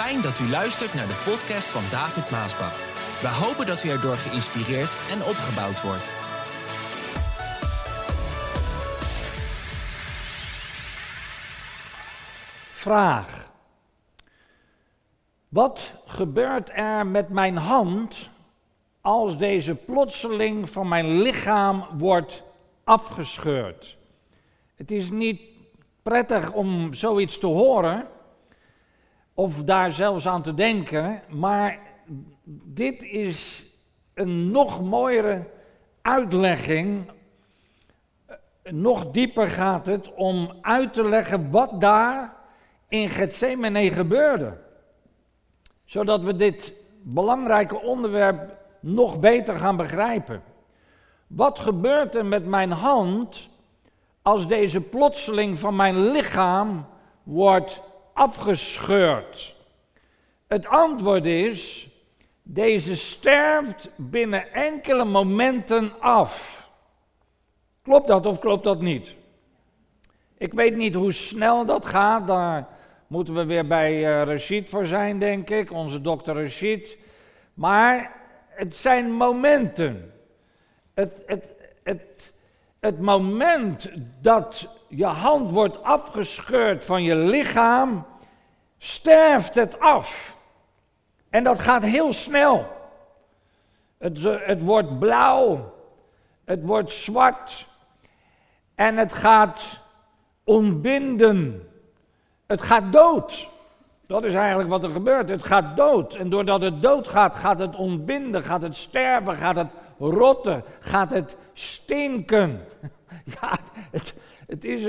Fijn dat u luistert naar de podcast van David Maasbach. We hopen dat u erdoor geïnspireerd en opgebouwd wordt. Vraag. Wat gebeurt er met mijn hand als deze plotseling van mijn lichaam wordt afgescheurd? Het is niet prettig om zoiets te horen of daar zelfs aan te denken, maar dit is een nog mooiere uitlegging. Nog dieper gaat het om uit te leggen wat daar in Getsemane gebeurde. Zodat we dit belangrijke onderwerp nog beter gaan begrijpen. Wat gebeurt er met mijn hand als deze plotseling van mijn lichaam wordt afgescheurd? Het antwoord is, deze sterft binnen enkele momenten af. Klopt dat of klopt dat niet? Ik weet niet hoe snel dat gaat, daar moeten we weer bij Rashid voor zijn, denk ik, onze dokter Rashid. Maar het zijn momenten. Het moment dat je hand wordt afgescheurd van je lichaam, sterft het af. En dat gaat heel snel. Het wordt blauw, het wordt zwart en het gaat ontbinden. Het gaat dood. Dat is eigenlijk wat er gebeurt. Het gaat dood. En doordat het dood gaat, gaat het ontbinden, gaat het sterven, gaat het rotten, gaat het stinken. Ja, het is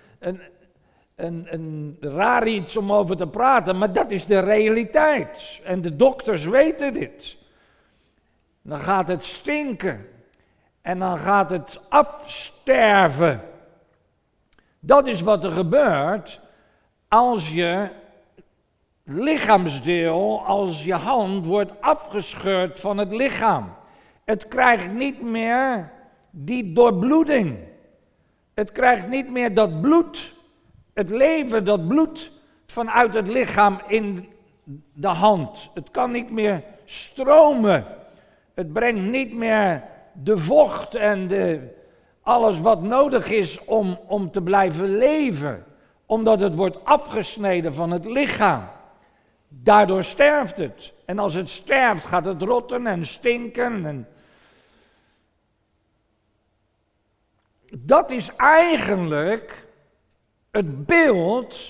een raar iets om over te praten, maar dat is de realiteit. En de dokters weten dit. Dan gaat het stinken en dan gaat het afsterven. Dat is wat er gebeurt als je lichaamsdeel, als je hand wordt afgescheurd van het lichaam. Het krijgt niet meer die doorbloeding. Het krijgt niet meer dat bloed, het leven, dat bloed vanuit het lichaam in de hand. Het kan niet meer stromen. Het brengt niet meer de vocht en alles wat nodig is om te blijven leven. Omdat het wordt afgesneden van het lichaam. Daardoor sterft het. En als het sterft gaat het rotten en stinken. Dat is eigenlijk het beeld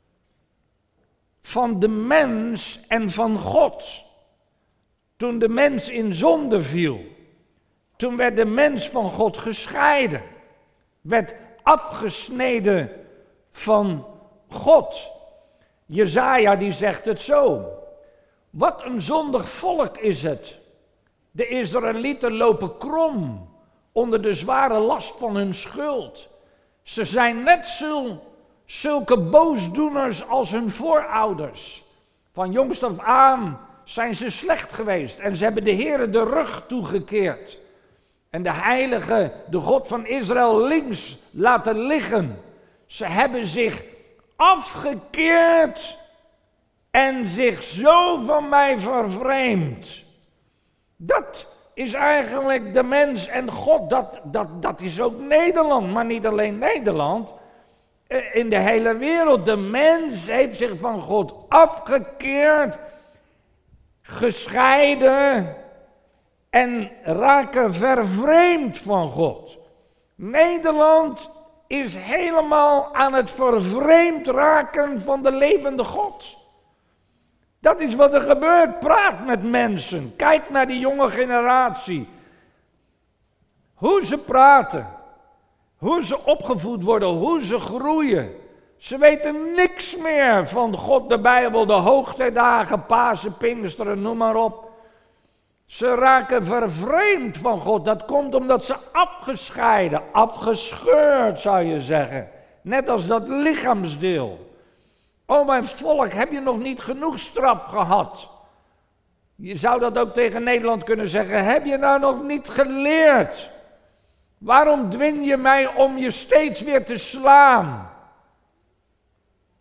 van de mens en van God. Toen de mens in zonde viel, toen werd de mens van God gescheiden. Werd afgesneden van God. Jesaja die zegt het zo. Wat een zondig volk is het. De Israëlieten lopen krom onder de zware last van hun schuld. Ze zijn net zulke boosdoeners als hun voorouders. Van jongs af aan zijn ze slecht geweest en ze hebben de Heere de rug toegekeerd. En de heilige, de God van Israël, links laten liggen. Ze hebben zich afgekeerd en zich zo van mij vervreemd. Dat is eigenlijk de mens en God, dat is ook Nederland, maar niet alleen Nederland. In de hele wereld, de mens heeft zich van God afgekeerd, gescheiden en raken vervreemd van God. Nederland is helemaal aan het vervreemd raken van de levende God. Dat is wat er gebeurt. Praat met mensen. Kijk naar die jonge generatie. Hoe ze praten. Hoe ze opgevoed worden. Hoe ze groeien. Ze weten niks meer van God, de Bijbel, de hoogtijdagen, Pasen, Pinksteren, noem maar op. Ze raken vervreemd van God. Dat komt omdat ze afgescheiden, afgescheurd zou je zeggen. Net als dat lichaamsdeel. O mijn volk, heb je nog niet genoeg straf gehad? Je zou dat ook tegen Nederland kunnen zeggen. Heb je nou nog niet geleerd? Waarom dwing je mij om je steeds weer te slaan?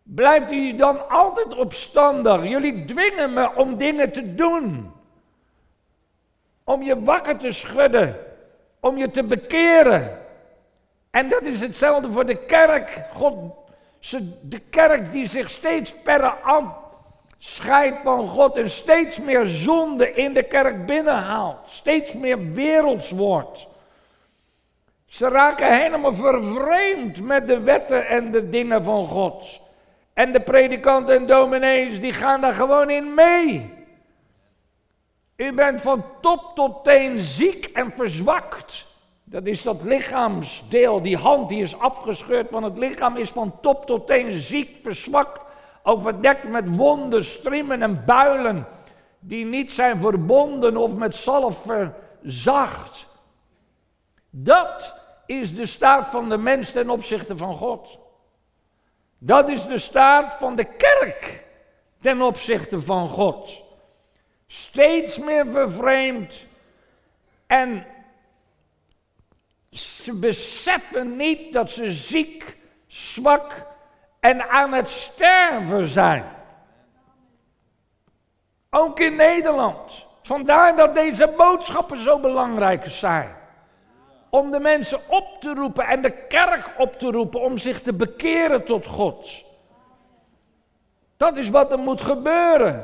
Blijft u dan altijd opstandig? Jullie dwingen me om dingen te doen. Om je wakker te schudden. Om je te bekeren. En dat is hetzelfde voor de kerk. De kerk die zich steeds verder afscheidt van God en steeds meer zonde in de kerk binnenhaalt. Steeds meer werelds wordt. Ze raken helemaal vervreemd met de wetten en de dingen van God. En de predikanten en dominees die gaan daar gewoon in mee. U bent van top tot teen ziek en verzwakt. Dat is dat lichaamsdeel, die hand die is afgescheurd van het lichaam, is van top tot teen ziek, verzwakt, overdekt met wonden, striemen en builen, die niet zijn verbonden of met zalf verzacht. Dat is de staat van de mens ten opzichte van God. Dat is de staat van de kerk ten opzichte van God. Steeds meer vervreemd en ze beseffen niet dat ze ziek, zwak en aan het sterven zijn. Ook in Nederland. Vandaar dat deze boodschappen zo belangrijk zijn. Om de mensen op te roepen en de kerk op te roepen om zich te bekeren tot God. Dat is wat er moet gebeuren.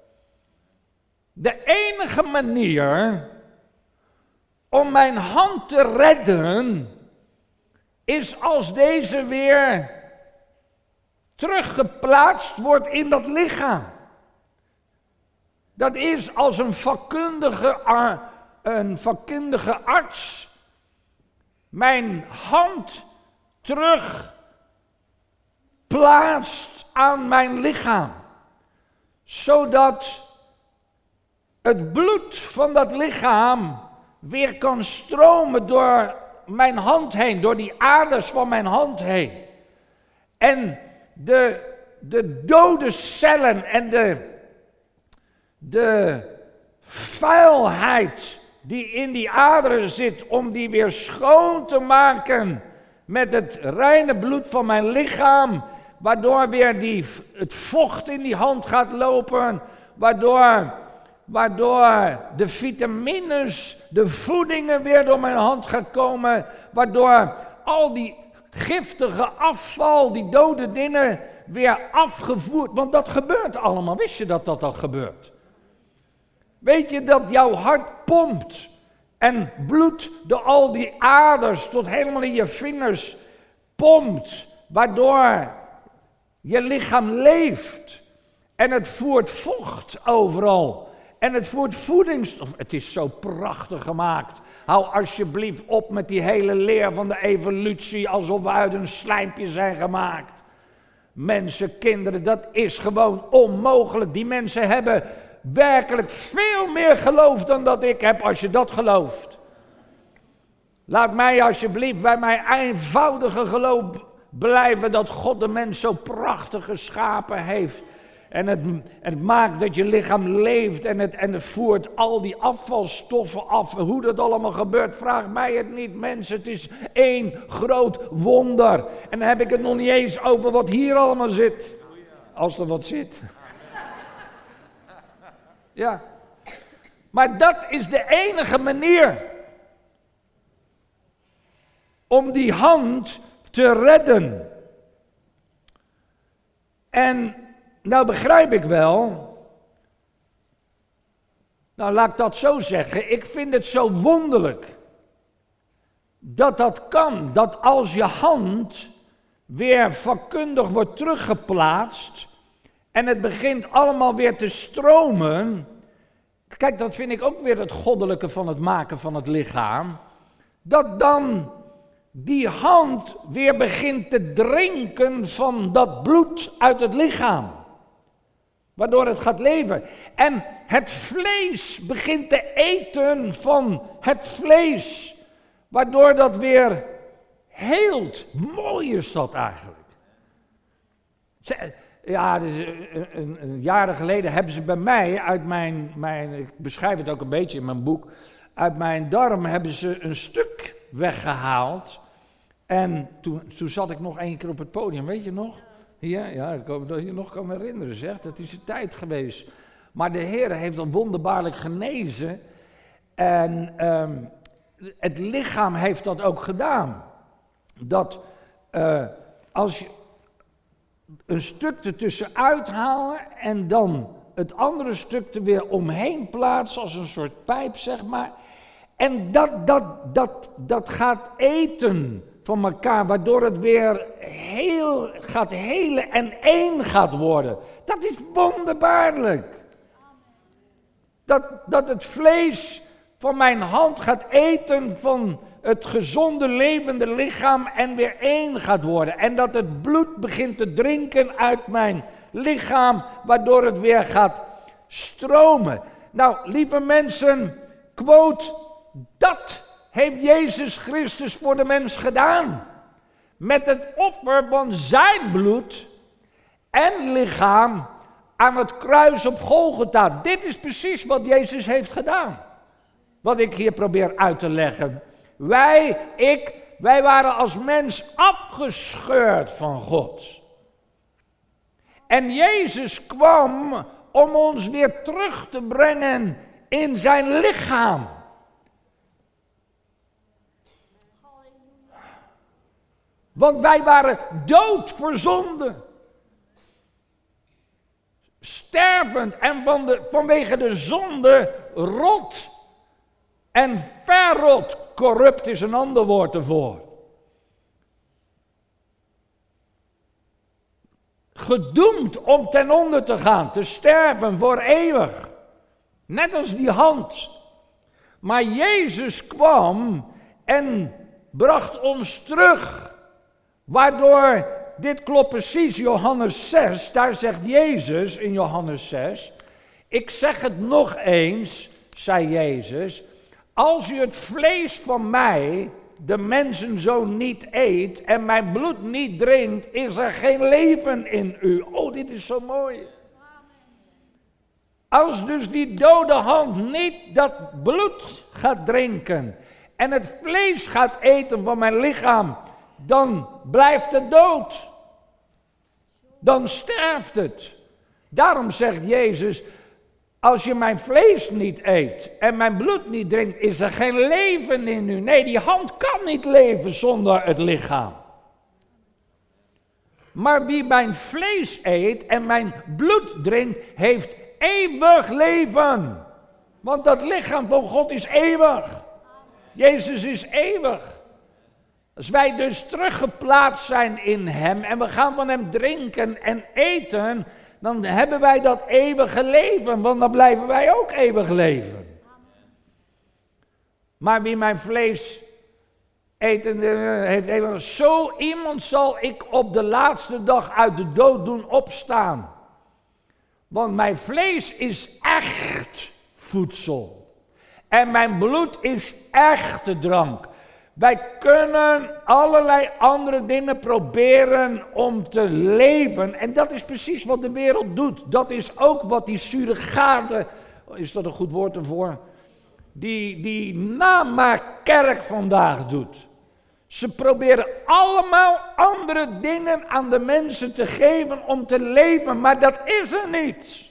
De enige manier om mijn hand te redden is als deze weer teruggeplaatst wordt in dat lichaam. Dat is als een vakkundige arts mijn hand terug plaatst aan mijn lichaam. Zodat het bloed van dat lichaam weer kan stromen door mijn hand heen, door die aders van mijn hand heen. En de dode cellen en de vuilheid die in die aderen zit, om die weer schoon te maken met het reine bloed van mijn lichaam, waardoor weer het vocht in die hand gaat lopen, waardoor de vitamines, de voedingen weer door mijn hand gaat komen, waardoor al die giftige afval, die dode dingen weer afgevoerd, want dat gebeurt allemaal. Wist je dat al gebeurt? Weet je dat jouw hart pompt en bloed door al die aders tot helemaal in je vingers pompt, waardoor je lichaam leeft en het voert vocht overal en het voert voedingsstof. Het is zo prachtig gemaakt. Hou alsjeblieft op met die hele leer van de evolutie alsof we uit een slijmpje zijn gemaakt. Mensen, kinderen, dat is gewoon onmogelijk. Die mensen hebben werkelijk veel meer geloof dan dat ik heb, als je dat gelooft. Laat mij alsjeblieft bij mijn eenvoudige geloof blijven dat God de mens zo prachtig geschapen heeft. En het maakt dat je lichaam leeft en het voert al die afvalstoffen af. Hoe dat allemaal gebeurt, vraag mij het niet, mensen. Het is één groot wonder. En dan heb ik het nog niet eens over wat hier allemaal zit. Als er wat zit. Ja. Maar dat is de enige manier om die hand te redden. En nou begrijp ik wel, nou laat ik dat zo zeggen, ik vind het zo wonderlijk dat dat kan, dat als je hand weer vakkundig wordt teruggeplaatst en het begint allemaal weer te stromen, kijk, dat vind ik ook weer het goddelijke van het maken van het lichaam, dat dan die hand weer begint te drinken van dat bloed uit het lichaam. Waardoor het gaat leven. En het vlees begint te eten van het vlees. Waardoor dat weer heelt. Mooi is dat eigenlijk. Ja, dus jaren geleden hebben ze bij mij uit mijn, ik beschrijf het ook een beetje in mijn boek, uit mijn darm hebben ze een stuk weggehaald. En toen zat ik nog 1 keer op het podium, weet je nog? Ja, ik hoop dat je nog kan herinneren, zegt. Het is een tijd geweest. Maar de Heer heeft dan wonderbaarlijk genezen. En het lichaam heeft dat ook gedaan. Dat als je een stuk ertussen uithalen en dan het andere stuk er weer omheen plaatsen, als een soort pijp, zeg maar. En dat gaat eten van elkaar, waardoor het weer heel gaat helen en één gaat worden. Dat is wonderbaarlijk. Dat het vlees van mijn hand gaat eten van het gezonde levende lichaam en weer één gaat worden. En dat het bloed begint te drinken uit mijn lichaam, waardoor het weer gaat stromen. Nou, lieve mensen, quote, dat heeft Jezus Christus voor de mens gedaan. Met het offer van zijn bloed en lichaam aan het kruis op Golgotha. Dit is precies wat Jezus heeft gedaan. Wat ik hier probeer uit te leggen. Wij waren als mens afgescheurd van God. En Jezus kwam om ons weer terug te brengen in zijn lichaam. Want wij waren dood voor zonde. Stervend en vanwege de zonde rot. En verrot, corrupt is een ander woord ervoor. Gedoemd om ten onder te gaan, te sterven voor eeuwig. Net als die hand. Maar Jezus kwam en bracht ons terug. Waardoor, dit klopt precies, Johannes 6, daar zegt Jezus in Johannes 6. Ik zeg het nog eens, zei Jezus. Als u het vlees van mij, de mensenzoon, niet eet en mijn bloed niet drinkt, is er geen leven in u. Oh, dit is zo mooi. Als dus die dode hand niet dat bloed gaat drinken en het vlees gaat eten van mijn lichaam, dan blijft het dood. Dan sterft het. Daarom zegt Jezus, als je mijn vlees niet eet en mijn bloed niet drinkt, is er geen leven in u. Nee, die hand kan niet leven zonder het lichaam. Maar wie mijn vlees eet en mijn bloed drinkt, heeft eeuwig leven. Want dat lichaam van God is eeuwig. Jezus is eeuwig. Als wij dus teruggeplaatst zijn in hem en we gaan van hem drinken en eten, dan hebben wij dat eeuwige leven, want dan blijven wij ook eeuwig leven. Maar wie mijn vlees eten heeft eeuwig, zo iemand zal ik op de laatste dag uit de dood doen opstaan. Want mijn vlees is echt voedsel en mijn bloed is echte drank. Wij kunnen allerlei andere dingen proberen om te leven. En dat is precies wat de wereld doet. Dat is ook wat die surrogaten, is dat een goed woord ervoor? Die namaakkerk vandaag doet. Ze proberen allemaal andere dingen aan de mensen te geven om te leven. Maar dat is er niet.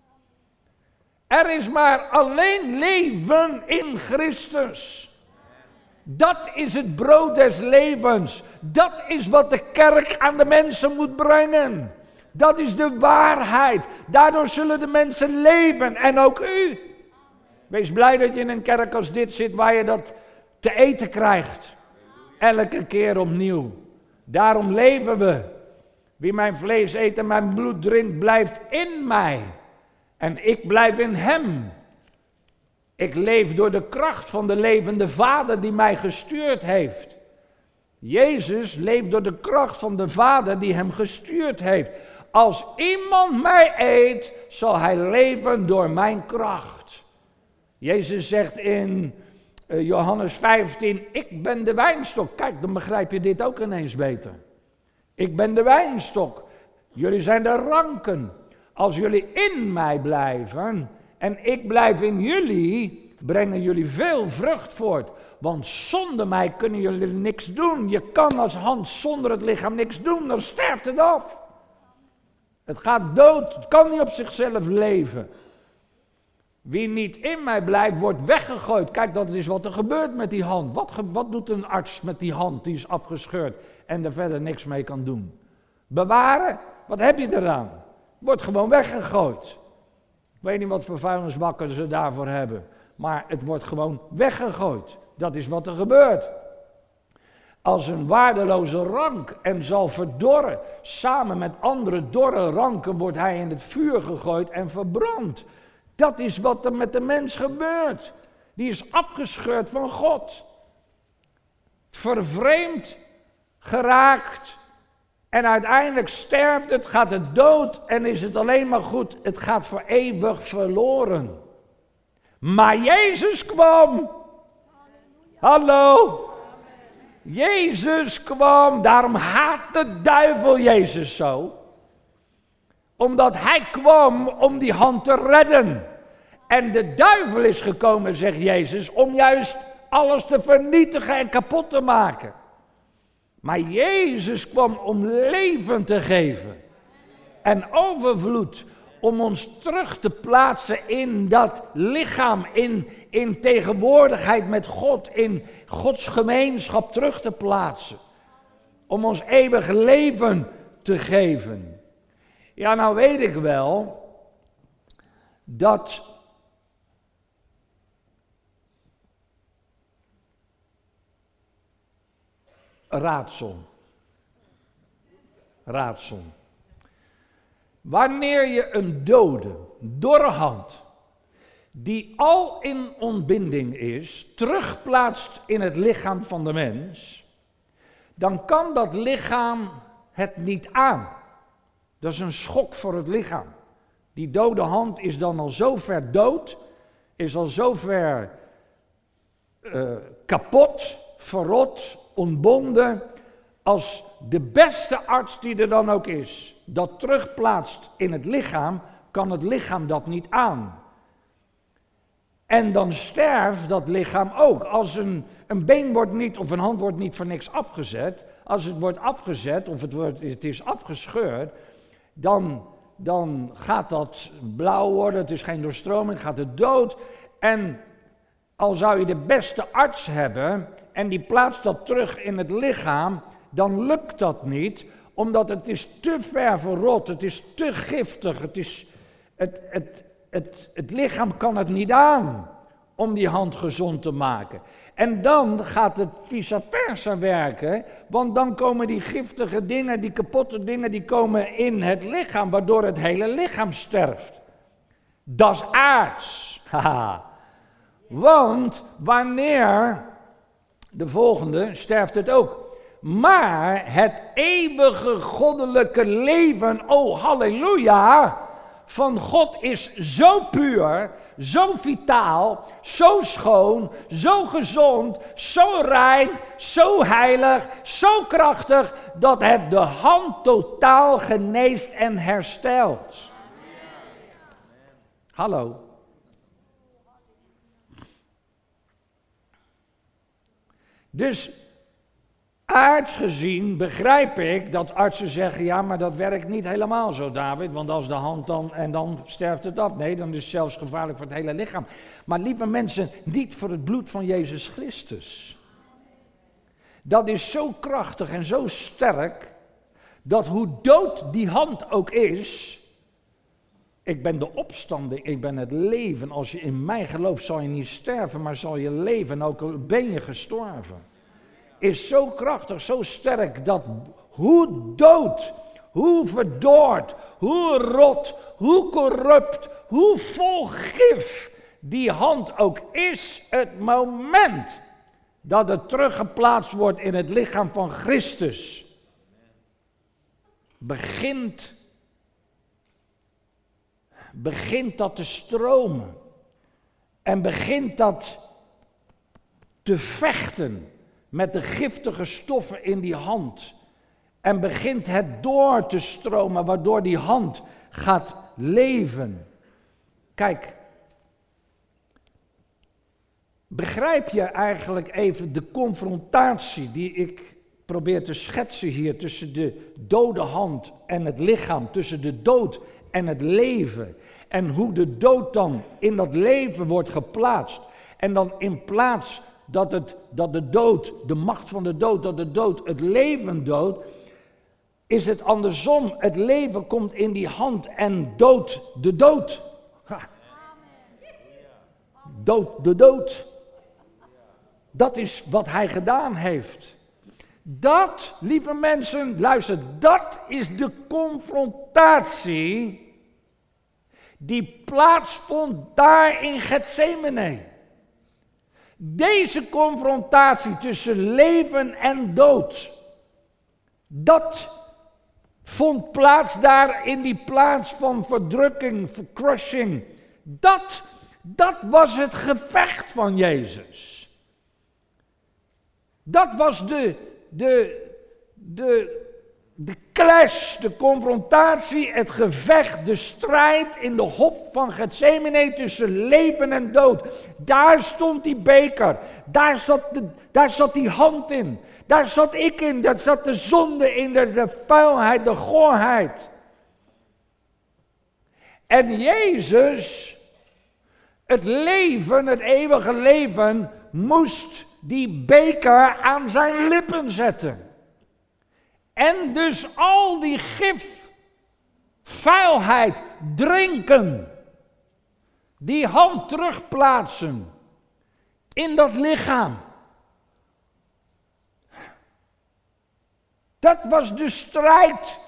Er is maar alleen leven in Christus. Dat is het brood des levens. Dat is wat de kerk aan de mensen moet brengen. Dat is de waarheid. Daardoor zullen de mensen leven en ook u. Wees blij dat je in een kerk als dit zit waar je dat te eten krijgt. Elke keer opnieuw. Daarom leven we. Wie mijn vlees eet en mijn bloed drinkt, blijft in mij. En ik blijf in hem. Ik leef door de kracht van de levende Vader die mij gestuurd heeft. Jezus leeft door de kracht van de Vader die hem gestuurd heeft. Als iemand mij eet, zal hij leven door mijn kracht. Jezus zegt in Johannes 15, ik ben de wijnstok. Kijk, dan begrijp je dit ook ineens beter. Ik ben de wijnstok. Jullie zijn de ranken. Als jullie in mij blijven en ik blijf in jullie, brengen jullie veel vrucht voort. Want zonder mij kunnen jullie niks doen. Je kan als hand zonder het lichaam niks doen, dan sterft het af. Het gaat dood, het kan niet op zichzelf leven. Wie niet in mij blijft, wordt weggegooid. Kijk, dat is wat er gebeurt met die hand. Wat doet een arts met die hand die is afgescheurd en er verder niks mee kan doen? Bewaren? Wat heb je eraan? Wordt gewoon weggegooid. Ik weet niet wat voor vuilnisbakken ze daarvoor hebben. Maar het wordt gewoon weggegooid. Dat is wat er gebeurt. Als een waardeloze rank en zal verdorren. Samen met andere dorre ranken wordt hij in het vuur gegooid en verbrand. Dat is wat er met de mens gebeurt. Die is afgescheurd van God. Vervreemd, geraakt. En uiteindelijk sterft het, gaat het dood en is het alleen maar goed. Het gaat voor eeuwig verloren. Maar Jezus kwam. Hallo. Jezus kwam. Daarom haat de duivel Jezus zo. Omdat hij kwam om die hand te redden. En de duivel is gekomen, zegt Jezus, om juist alles te vernietigen en kapot te maken. Maar Jezus kwam om leven te geven. En overvloed. Om ons terug te plaatsen in dat lichaam. In tegenwoordigheid met God. In Gods gemeenschap terug te plaatsen. Om ons eeuwig leven te geven. Ja, nou weet ik wel dat raadsel. Wanneer je een dode, dorre hand, die al in ontbinding is, terugplaatst in het lichaam van de mens, dan kan dat lichaam het niet aan. Dat is een schok voor het lichaam. Die dode hand is dan al zo ver dood, is al zo ver kapot, verrot, ontbonden, als de beste arts die er dan ook is, dat terugplaatst in het lichaam, kan het lichaam dat niet aan. En dan sterft dat lichaam ook. Als een been wordt niet, of een hand wordt niet voor niks afgezet, als het wordt afgezet, of het is afgescheurd, dan gaat dat blauw worden, het is geen doorstroming, gaat het dood. En al zou je de beste arts hebben en die plaatst dat terug in het lichaam, dan lukt dat niet, omdat het is te ver verrot, het is te giftig, het lichaam kan het niet aan om die hand gezond te maken. En dan gaat het vice versa werken, want dan komen die giftige dingen, die kapotte dingen, die komen in het lichaam, waardoor het hele lichaam sterft. Dat is aards. Haha. Want wanneer, de volgende, sterft het ook. Maar het eeuwige goddelijke leven, oh halleluja, van God is zo puur, zo vitaal, zo schoon, zo gezond, zo rein, zo heilig, zo krachtig, dat het de hand totaal geneest en herstelt. Hallo. Dus aards gezien begrijp ik dat artsen zeggen, ja, maar dat werkt niet helemaal zo, David, want als de hand dan, en dan sterft het af. Nee, dan is het zelfs gevaarlijk voor het hele lichaam. Maar lieve mensen, niet voor het bloed van Jezus Christus. Dat is zo krachtig en zo sterk, dat hoe dood die hand ook is, ik ben de opstanding, ik ben het leven. Als je in mij gelooft, zal je niet sterven, maar zal je leven, ook al ben je gestorven. Is zo krachtig, zo sterk, dat hoe dood, hoe verdord, hoe rot, hoe corrupt, hoe vol gif die hand ook is, het moment dat het teruggeplaatst wordt in het lichaam van Christus, begint dat te stromen en begint dat te vechten met de giftige stoffen in die hand. En begint het door te stromen, waardoor die hand gaat leven. Kijk, begrijp je eigenlijk even de confrontatie die ik probeer te schetsen hier tussen de dode hand en het lichaam, tussen de dood en het leven. En hoe de dood dan in dat leven wordt geplaatst. En dan in plaats dat de dood, de macht van de dood, dat de dood het leven doodt, is het andersom. Het leven komt in die hand en doodt de dood. Ha. Dood de dood. Dat is wat hij gedaan heeft. Dat, lieve mensen, luister, dat is de confrontatie die plaatsvond daar in Getsemane. Deze confrontatie tussen leven en dood, dat vond plaats daar in die plaats van verdrukking, vercrushing. Dat was het gevecht van Jezus. Dat was de clash, de confrontatie, het gevecht, de strijd in de hof van Getsemane tussen leven en dood. Daar stond die beker, daar zat die hand in, daar zat ik in, daar zat de zonde in, de vuilheid, de goorheid. En Jezus, het leven, het eeuwige leven, moest die beker aan zijn lippen zetten. En dus al die gif, vuilheid, drinken, die hand terugplaatsen in dat lichaam. Dat was de strijd.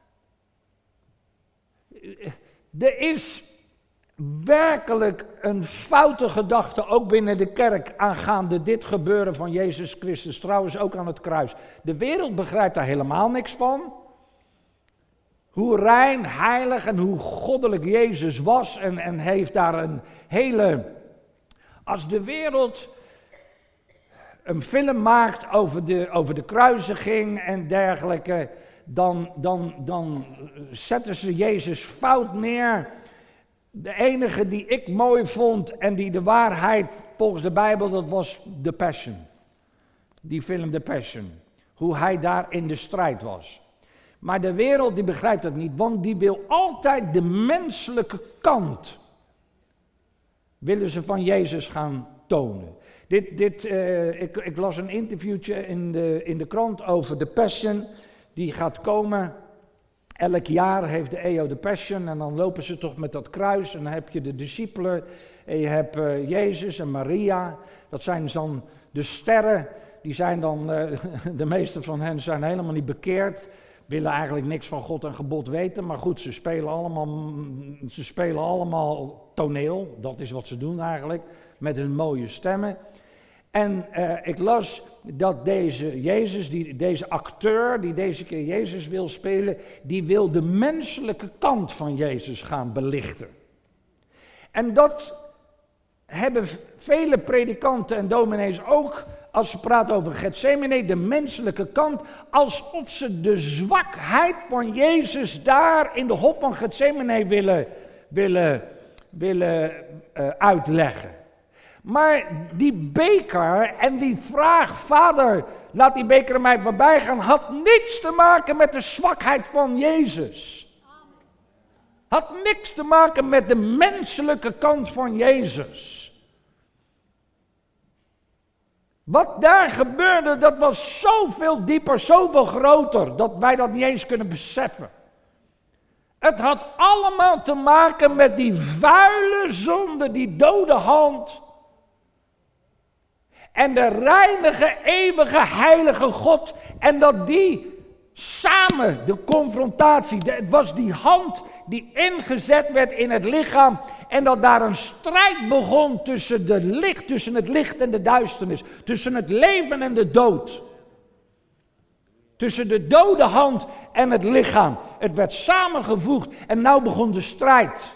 Er is werkelijk een foute gedachte, ook binnen de kerk, aangaande dit gebeuren van Jezus Christus, trouwens ook aan het kruis. De wereld begrijpt daar helemaal niks van. Hoe rein, heilig en hoe goddelijk Jezus was en heeft daar een hele... Als de wereld een film maakt over de kruisiging en dergelijke, dan zetten ze Jezus fout neer. De enige die ik mooi vond en die de waarheid volgens de Bijbel, dat was The Passion. Die film The Passion. Hoe hij daar in de strijd was. Maar de wereld die begrijpt dat niet, want die wil altijd de menselijke kant willen ze van Jezus gaan tonen. Ik las een interviewtje in de krant over The Passion. Die gaat komen. Elk jaar heeft de EO de Passion en dan lopen ze toch met dat kruis. En dan heb je de discipelen en je hebt Jezus en Maria. Dat zijn dan de sterren. Die zijn dan, de meeste van hen zijn helemaal niet bekeerd. Willen eigenlijk niks van God en gebod weten. Maar goed, ze spelen allemaal toneel. Dat is wat ze doen eigenlijk. Met hun mooie stemmen. En ik las dat deze Jezus, deze acteur die deze keer Jezus wil spelen, die wil de menselijke kant van Jezus gaan belichten. En dat hebben vele predikanten en dominees ook, als ze praten over Getsemane, de menselijke kant, alsof ze de zwakheid van Jezus daar in de hof van Getsemane willen uitleggen. Maar die beker en die vraag, Vader, laat die beker aan mij voorbij gaan, had niets te maken met de zwakheid van Jezus. Had niks te maken met de menselijke kant van Jezus. Wat daar gebeurde, dat was zoveel dieper, zoveel groter, dat wij dat niet eens kunnen beseffen. Het had allemaal te maken met die vuile zonde, die dode hand. En de reinige, eeuwige, heilige God. En dat die samen, de confrontatie, het was die hand die ingezet werd in het lichaam. En dat daar een strijd begon tussen het licht en de duisternis. Tussen het leven en de dood. Tussen de dode hand en het lichaam. Het werd samengevoegd en nou begon de strijd.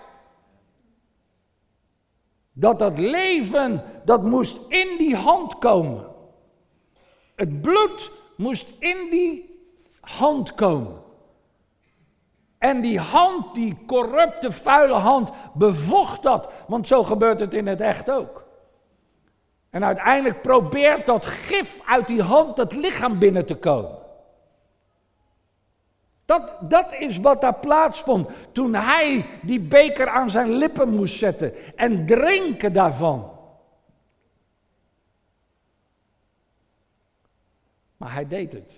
Dat leven, dat moest in die hand komen. Het bloed moest in die hand komen. En die hand, die corrupte, vuile hand, bevocht dat. Want zo gebeurt het in het echt ook. En uiteindelijk probeert dat gif uit die hand het lichaam binnen te komen. Dat is wat daar plaatsvond toen hij die beker aan zijn lippen moest zetten en drinken daarvan. Maar hij deed het.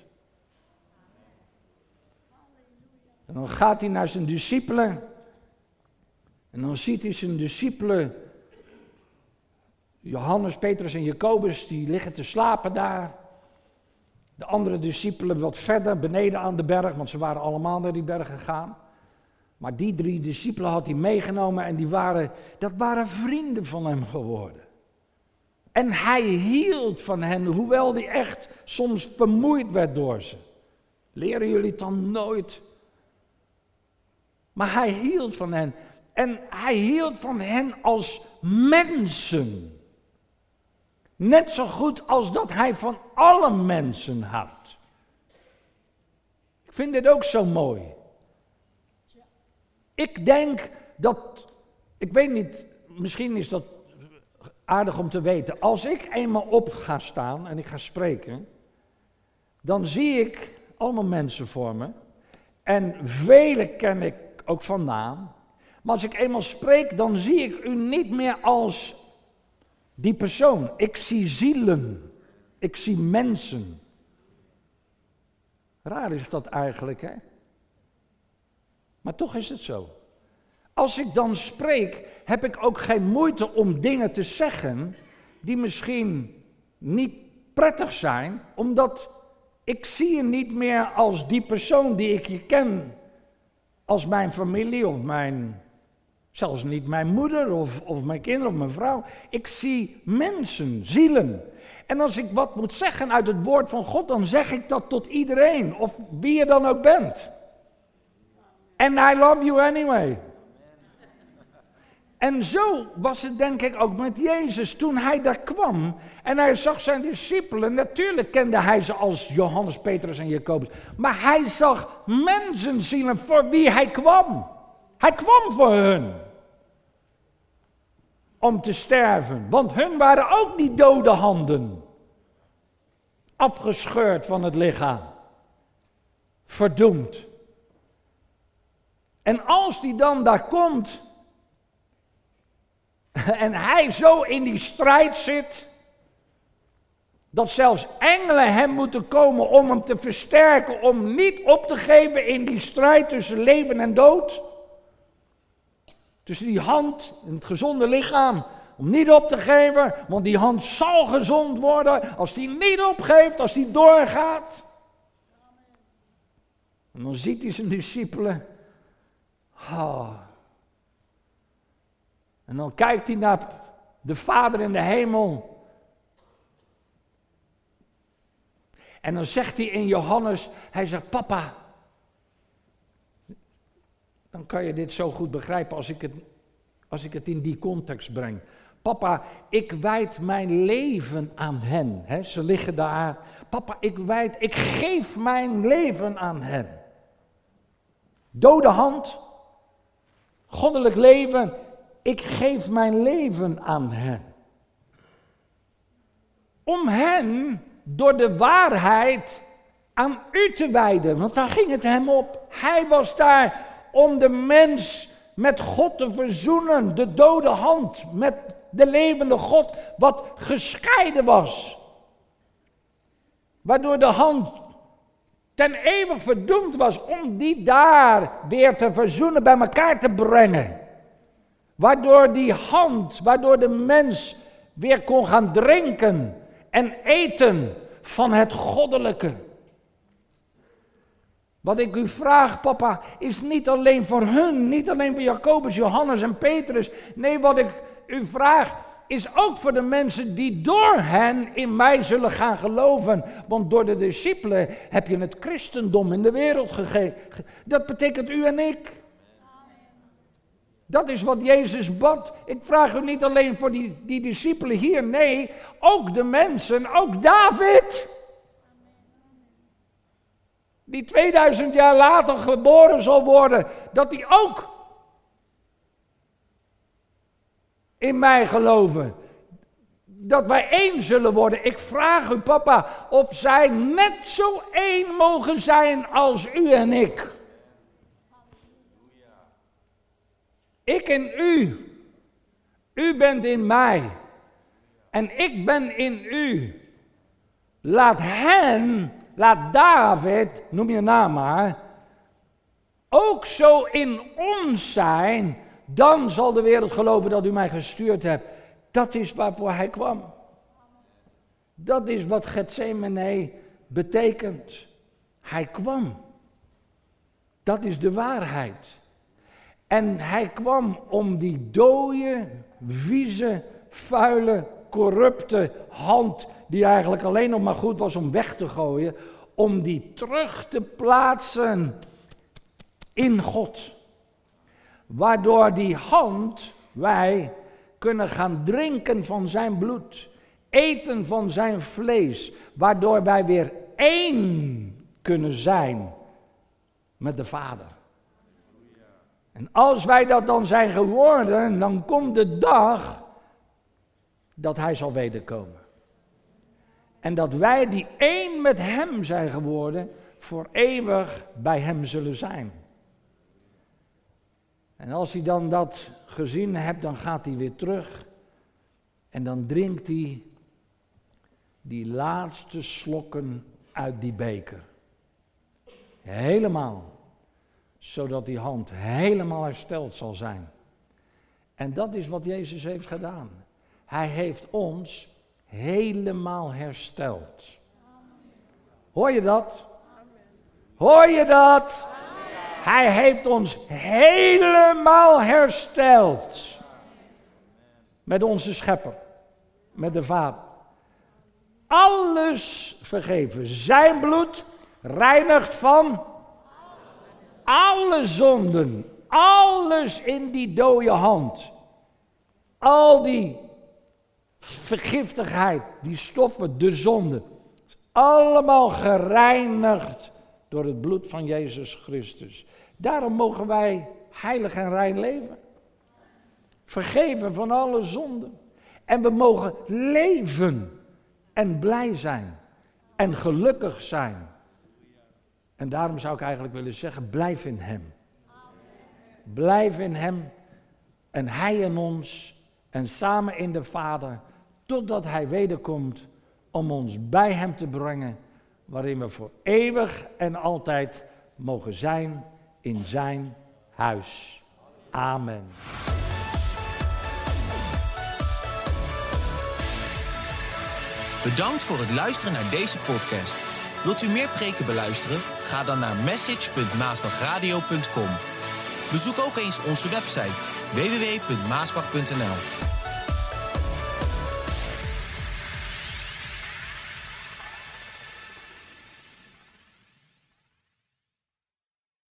En dan gaat hij naar zijn discipelen en dan ziet hij zijn discipelen, Johannes, Petrus en Jacobus, die liggen te slapen daar. De andere discipelen wat verder, beneden aan de berg, want ze waren allemaal naar die berg gegaan. Maar die 3 discipelen had hij meegenomen en dat waren vrienden van hem geworden. En hij hield van hen, hoewel hij echt soms vermoeid werd door ze. Leren jullie het dan nooit? Maar hij hield van hen. En hij hield van hen als mensen. Net zo goed als dat hij van alle mensen houdt. Ik vind dit ook zo mooi. Ik denk dat, ik weet niet, misschien is dat aardig om te weten. Als ik eenmaal op ga staan en ik ga spreken, dan zie ik allemaal mensen voor me. En vele ken ik ook van naam. Maar als ik eenmaal spreek, dan zie ik u niet meer als die persoon. Ik zie zielen. Ik zie mensen. Raar is dat eigenlijk, hè? Maar toch is het zo. Als ik dan spreek, heb ik ook geen moeite om dingen te zeggen die misschien niet prettig zijn, omdat ik zie je niet meer als die persoon die ik je ken, als mijn familie of zelfs niet mijn moeder of mijn kinderen of mijn vrouw. Ik zie mensen, zielen. En als ik wat moet zeggen uit het woord van God, dan zeg ik dat tot iedereen, of wie je dan ook bent. And I love you anyway. En zo was het denk ik ook met Jezus toen hij daar kwam en hij zag zijn discipelen. Natuurlijk kende hij ze als Johannes, Petrus en Jacobus. Maar hij zag mensenzielen voor wie hij kwam. Hij kwam voor hun. Om te sterven. Want hun waren ook die dode handen. Afgescheurd van het lichaam. Verdoemd. En als die dan daar komt en hij zo in die strijd zit, dat zelfs engelen hem moeten komen om hem te versterken, om niet op te geven in die strijd tussen leven en dood. Tussen die hand en het gezonde lichaam, om niet op te geven, want die hand zal gezond worden als die niet opgeeft, als die doorgaat. En dan ziet hij zijn discipelen. En dan kijkt hij naar de Vader in de hemel. En dan zegt hij in Johannes, hij zegt, papa. Dan kan je dit zo goed begrijpen als ik het in die context breng. Papa, ik wijd mijn leven aan hen. He, ze liggen daar. Papa, ik geef mijn leven aan hen. Dode hand, goddelijk leven, ik geef mijn leven aan hen. Om hen door de waarheid aan u te wijden, want daar ging het hem op. Hij was daar om de mens met God te verzoenen, de dode hand met de levende God, wat gescheiden was. Waardoor de hand ten eeuwig verdoemd was om die daar weer te verzoenen, bij elkaar te brengen. Waardoor die hand, waardoor de mens weer kon gaan drinken en eten van het goddelijke. Wat ik u vraag, papa, is niet alleen voor hun, niet alleen voor Jacobus, Johannes en Petrus. Nee, wat ik u vraag is ook voor de mensen die door hen in mij zullen gaan geloven. Want door de discipelen heb je het christendom in de wereld gegeven. Dat betekent u en ik. Dat is wat Jezus bad. Ik vraag u niet alleen voor die discipelen hier, nee, ook de mensen, ook David. Die 2000 jaar later geboren zal worden, dat die ook in mij geloven. Dat wij één zullen worden. Ik vraag u, papa, of zij net zo één mogen zijn als u en ik. Ik in u. U bent in mij. En ik ben in u. Laat David, noem je naam maar, ook zo in ons zijn. Dan zal de wereld geloven dat u mij gestuurd hebt. Dat is waarvoor hij kwam. Dat is wat Getsemane betekent. Hij kwam. Dat is de waarheid. En hij kwam om die dode, vieze, vuile, corrupte hand, die eigenlijk alleen nog maar goed was om weg te gooien, om die terug te plaatsen in God. Waardoor die hand, wij kunnen gaan drinken van zijn bloed, eten van zijn vlees, waardoor wij weer één kunnen zijn met de Vader. En als wij dat dan zijn geworden, dan komt de dag dat hij zal wederkomen. En dat wij die één met hem zijn geworden, voor eeuwig bij hem zullen zijn. En als hij dan dat gezien hebt, dan gaat hij weer terug. En dan drinkt hij die laatste slokken uit die beker. Helemaal. Zodat die hand helemaal hersteld zal zijn. En dat is wat Jezus heeft gedaan. Hij heeft ons helemaal hersteld. Hoor je dat? Hoor je dat? Hij heeft ons helemaal hersteld. Met onze schepper. Met de Vader. Alles vergeven. Zijn bloed reinigt van alle zonden. Alles in die dode hand. Al die vergiftigheid, die stoffen, de zonde. Allemaal gereinigd door het bloed van Jezus Christus. Daarom mogen wij heilig en rein leven. Vergeven van alle zonden. En we mogen leven en blij zijn en gelukkig zijn. En daarom zou ik eigenlijk willen zeggen, blijf in hem. Blijf in hem en hij in ons en samen in de Vader, totdat hij wederkomt om ons bij hem te brengen, waarin we voor eeuwig en altijd mogen zijn in zijn huis. Amen. Bedankt voor het luisteren naar deze podcast. Wilt u meer preken beluisteren? Ga dan naar message.maasbachradio.com. Bezoek ook eens onze website www.maasbach.nl.